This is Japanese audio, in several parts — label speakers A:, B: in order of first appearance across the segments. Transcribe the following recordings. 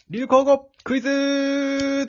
A: 流行語クイズ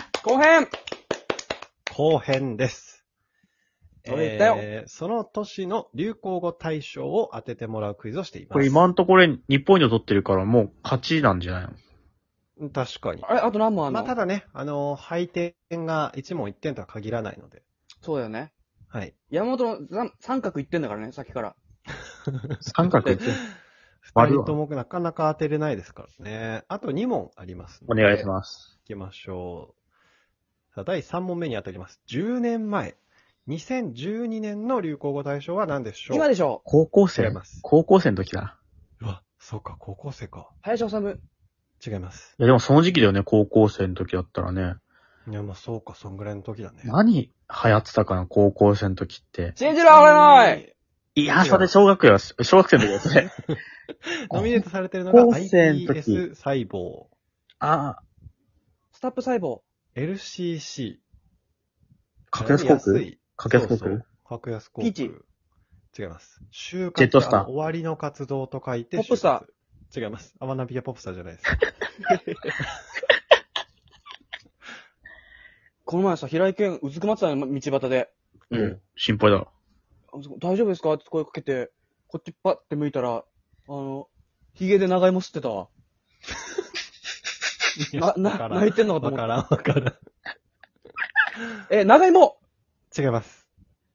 A: 後編です。
B: 俺言ったよ。
A: その年の流行語大賞を当ててもらうクイズをしています。
C: これ今んところ日本以上取ってるからもう勝ちなんじゃないの？
A: 確かに。
B: あと何問あんの？
A: まあ、ただね、配点が1問1点とは限らないので。
B: そうだよね。
A: はい。
B: 山本の三角言ってんだからね、さっきから。
C: 三角って。
A: 二人ともなかなか当てれないですからね。あと2問ありますので。
C: お願いします。
A: 行きましょう。さあ、第3問目に当たります。10年前。2012年の流行語大賞は何でしょう？
B: 今でしょ。
C: 高校生
A: 違います。
C: 高校生の時だ。
A: うわ、そうか、高校生か。
B: 林修。
A: 違います。
C: いやでもその時期だよね、高校生の時だったらね。
A: いや、まあそうか、そんぐらいの時だね。
C: 何流行ってたかな、高校生の時って。
B: 信じろ、俺ない
C: いや、それ小学生の時ですね。
A: ノミネートされてるのが
C: 高校生の時
A: iPS 細胞、
B: スタップ細胞。
A: LCC、
C: 格安航空
A: 安い
C: 格安航空
A: そうそう格安航空。
B: ピーチ
A: 違います。就活
C: ジェットスター
A: 終わりの活動と書いて
B: ポップスター
A: 就活。違います。アマナビアポップスターじゃないです。
B: この前さ、平井堅うずくまってたの、道端で。
C: うん。心配だ。
B: 大丈夫ですかって声かけて、こっちパッて向いたら、髭で長芋吸ってたわ。泣いてんのかと思った。
A: わからん。
B: 長芋
A: 違います。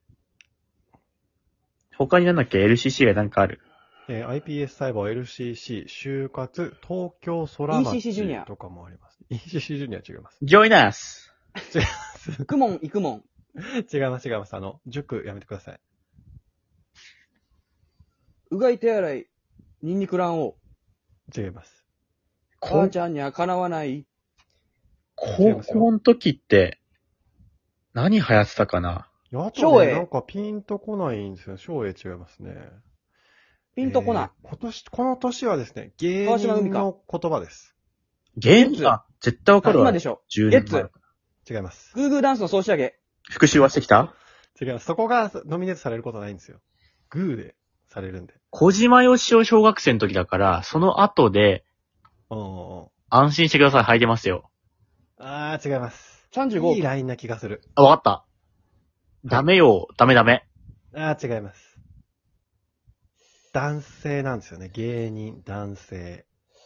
C: 他になんだっけ ?LCC がなんかある。
A: iPS 細胞、LCC、就活、東京空町
B: ECC ジュニア
A: とかもあります。ECC ジュニア違います。
C: ジョイナス
A: 違います。
B: 行くもん、行くもん。
A: 違います。塾やめてください。
B: うがい手洗い、ニンニク卵黄。
A: 違います。
B: 母ちゃんにはかなわない。
C: 高校の時って、何流行ってたかな？
A: いや、あと
B: 照英
A: ね、なんかピンとこないんですよ。照英違いますね。
B: ピンとこない。
A: この年はですね、芸
B: 川島海
A: 人の言葉です。
C: ゲームあ、絶対わかるわ。
B: 今でしょ。
C: 10
B: ゲッ
C: 年前
B: ツ。。
A: 違います。
B: グーグーダンスの総仕上げ。
C: 復習はしてきた？
A: 違います。そこがノミネートされることないんですよ。グーでされるんで。
C: 小島よしお小学生の時だから、その後で、安心してください、履いてますよ。
A: あー、違います。
B: 35。
A: いいラインな気がする。
C: あ、わかった。ダメよ、ダメ。
A: あー、違います。男性なんですよね。芸人、男性。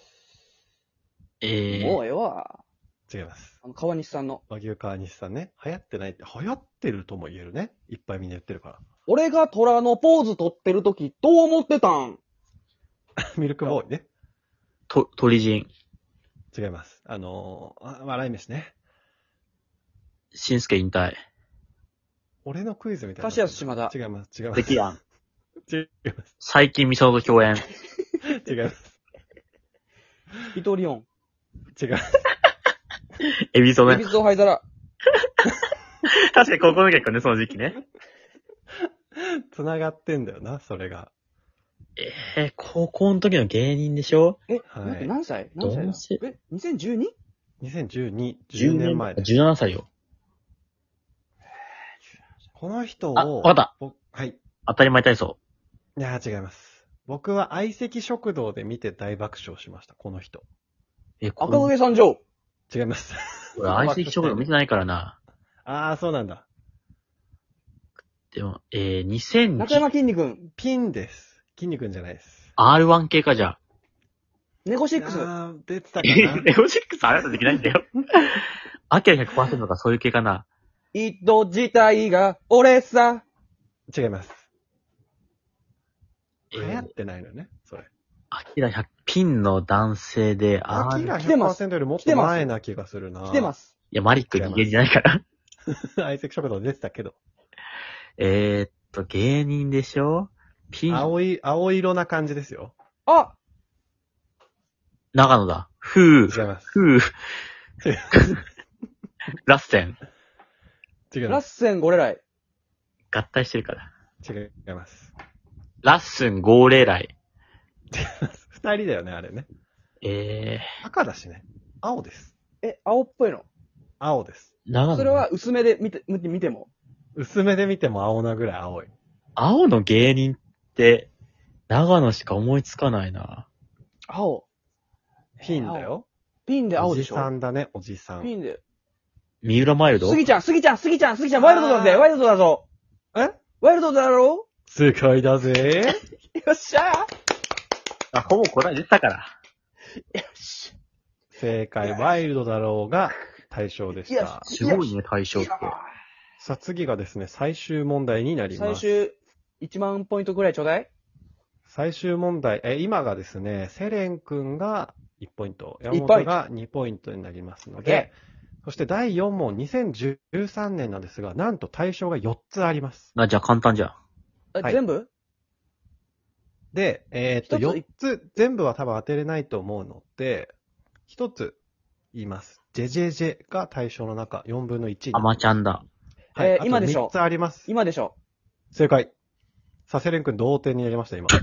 B: もうええわ。
A: 違います。
B: 川西さんの。
A: 和牛川西さんね。流行ってないって、流行ってるとも言えるね。いっぱいみんな言ってるから。
B: 俺が虎のポーズ取ってる時、どう思ってたん？
A: ミルクボーイね。
C: 鳥人。
A: 違います。笑い飯ね。
C: しんすけ引退。
A: 俺のクイズみたいな。
B: カシヤス島田。
A: 違います。違います。
C: 関庵。
A: 違います。
C: 最近ミソと共演。
A: 違います。
B: 伊藤リオン。
A: 違います。
C: エビソね
B: エビ。スと灰皿。
C: 確かに高校の時ね、その時期ね。
A: 繋がってんだよな、それが。
C: 高校の時の芸人でしょ？
A: はい
B: 待って、何歳だ？
C: どうせ
B: 2012？
A: 2012、10年前です。
C: 17歳よ。
A: この人
C: あ、
A: を、
C: わかった。
A: はい。
C: 当たり前体操。
A: いやー違います。僕は相席食堂で見て大爆笑しました、この人。
B: 赤影三条。
A: 違います。
C: 俺、相席食堂見てないからな。
A: あー、そうなんだ。
C: でも、2000、
B: 中山きんに君。
A: ピンです。筋肉じゃないです。
C: R1 系かじゃあ。
B: ネゴシックス。
A: あー、出てたかな。
C: ネゴシックスあなたできないんだよ。アキラ 100% かそういう系かな。
B: 井戸自体が俺さ。
A: 違います。流行ってないのね、それ。
C: アキラ100、ピンの男性で、
A: アキラ
B: 来てます
A: 100%よりもっと前な気がするな。
B: 来てま。す。
C: いや、マリック人間じゃないから。
A: 相席食堂出てたけど。
C: 芸人でしょ？ピン。
A: 青色な感じですよ。
B: あ
C: 長野だ。ふ
A: 違います。
C: ふラッセン。
B: ラッ
A: 違います。
B: センゴレライ。
C: 合体してるから。
A: 違います。
C: ラッスンゴーレライ。
A: 違います。二人だよね、あれね。赤だしね。青です。
B: 青っぽいの。
A: 青です。
C: 長野。
B: それは薄めで見ても。
A: 薄めで見ても青なぐらい青い。
C: 青の芸人って、長野しか思いつかないな。
B: 青。
A: ピンだよ。
B: ピンで青
A: おじ
B: でしょ。
A: さんだね、おじさん。
B: ピンで。
C: 三浦マイルド
B: スギちゃん、ワイルドだぜ、ワイルドだぞ。
A: え
B: ワイルドだろ
A: 正解だぜ。
B: よっしゃ
C: あ、ほぼ答え出たから。
B: ー。よし。
A: 正解、ワイルドだろうが対象でし
B: いや
A: た。
C: すごいね、対象って。
A: さあ次がですね、最終問題になります。
B: 最終、1万ポイントくらいちょうだい。
A: 最終問題、今がですね、セレン君が1ポイント、山
B: 1ポイント
A: 本が2ポイントになりますの
B: OK
A: で、そして第4問、2013年なんですが、なんと対象が4つあります。
C: あ、じゃあ簡単じゃん。
A: はい
B: 全部
A: で、
B: 一つ
A: 4つ、全部は多分当てれないと思うので、1つ言います。ジェジェジェが対象の中、4分の1に。
C: アマちゃんだ。
A: はい、
B: 今でしょ
A: 3つあります。
B: 今でしょ。
A: 正解。さあ、セレン君同点になりました、今。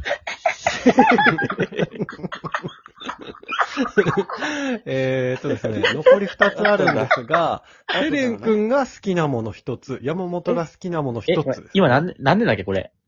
A: ですね、残り2つあるんですが、セレン君が好きなもの1つ、山本が好きなもの1つです。
C: 今何年だっけ、これ。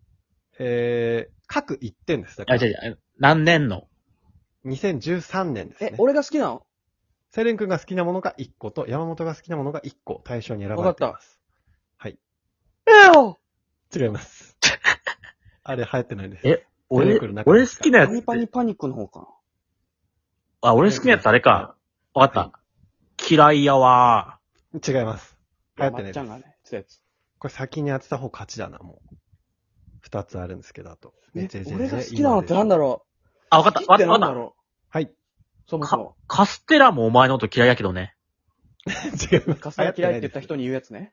A: 各1点です。だか
C: あ、
A: ら
C: 違う。何年の
A: 2013年ですね。
B: 俺が好きなの
A: セレン君が好きなものが1個と、山本が好きなものが1個、対象に選ばれています。はい。
B: よ
A: 違います。あれ流行ってないです。
C: え、俺
A: セレン君の中
C: 好
A: ですか
C: きなやつって。
B: パニパニパニックの方かな。
C: あ、俺好きなやつあれか。わかった。嫌いやわ
A: 違います。流行ってないです。
B: まっちゃんがね、言ってたやつ。
A: これ先に当てた方勝ちだな、もう。2つあるんですけど、あと。
B: 俺が好きなのってなんだろ
C: あ、わかった。
B: 好きって
C: わかった。
B: なんだろ
A: はい。
B: うそもそも。
C: カステラもお前のこと嫌いやけどね。
A: 違います。
B: カステラ嫌いって言った人に言うやつね。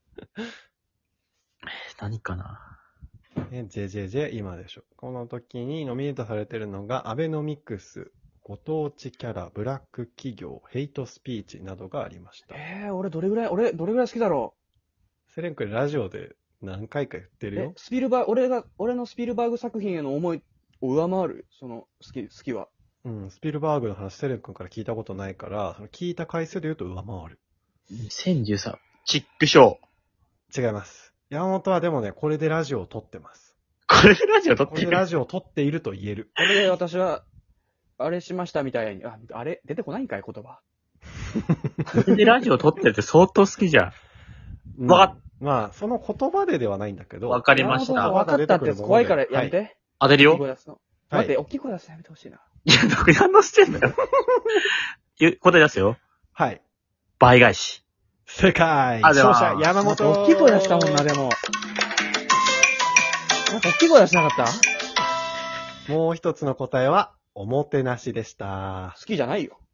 C: 何かな。
A: JJJ 今でしょ。この時にノミネートされてるのが、アベノミクス、ご当地キャラ、ブラック企業、ヘイトスピーチなどがありました。
B: 俺どれぐらい好きだろ
A: セレン君ラジオで何回か言って
B: う
A: るよ。
B: 俺のスピルバーグ作品への思いを上回る、その、好きは。
A: うん、スピルバーグの話セレン君から聞いたことないから、その聞いた回数で言うと上回る。
C: 2013。チックショー。
A: 違います。山本はでもね、これでラジオを撮ってます。
C: これでラジオ撮っ
A: これで
C: てる。
A: ラジオを撮っていると言える。
B: これで私は、あれしましたみたいに、あれ出てこないんかい、言葉。
C: これでラジオ撮ってるって相当好きじゃん。わか
A: まあ、その言葉でではないんだけど。
C: わかりました
B: 分かったってやつ怖いからやめて。
C: 当てるよ。
B: 大きい声出すの。
A: はい
B: 待って、大きい声出すのやめてほしいな。
C: いや、何のしてんだよ。答え出すよ。
A: はい。
C: 倍返し。
A: 正解
C: あでは
A: 勝者、山
B: なんか
A: 本
B: 大きい声出したもんな、でも。なんか大きい声出しなかった
A: もう一つの答えは、おもてなしでした。
B: 好きじゃないよ。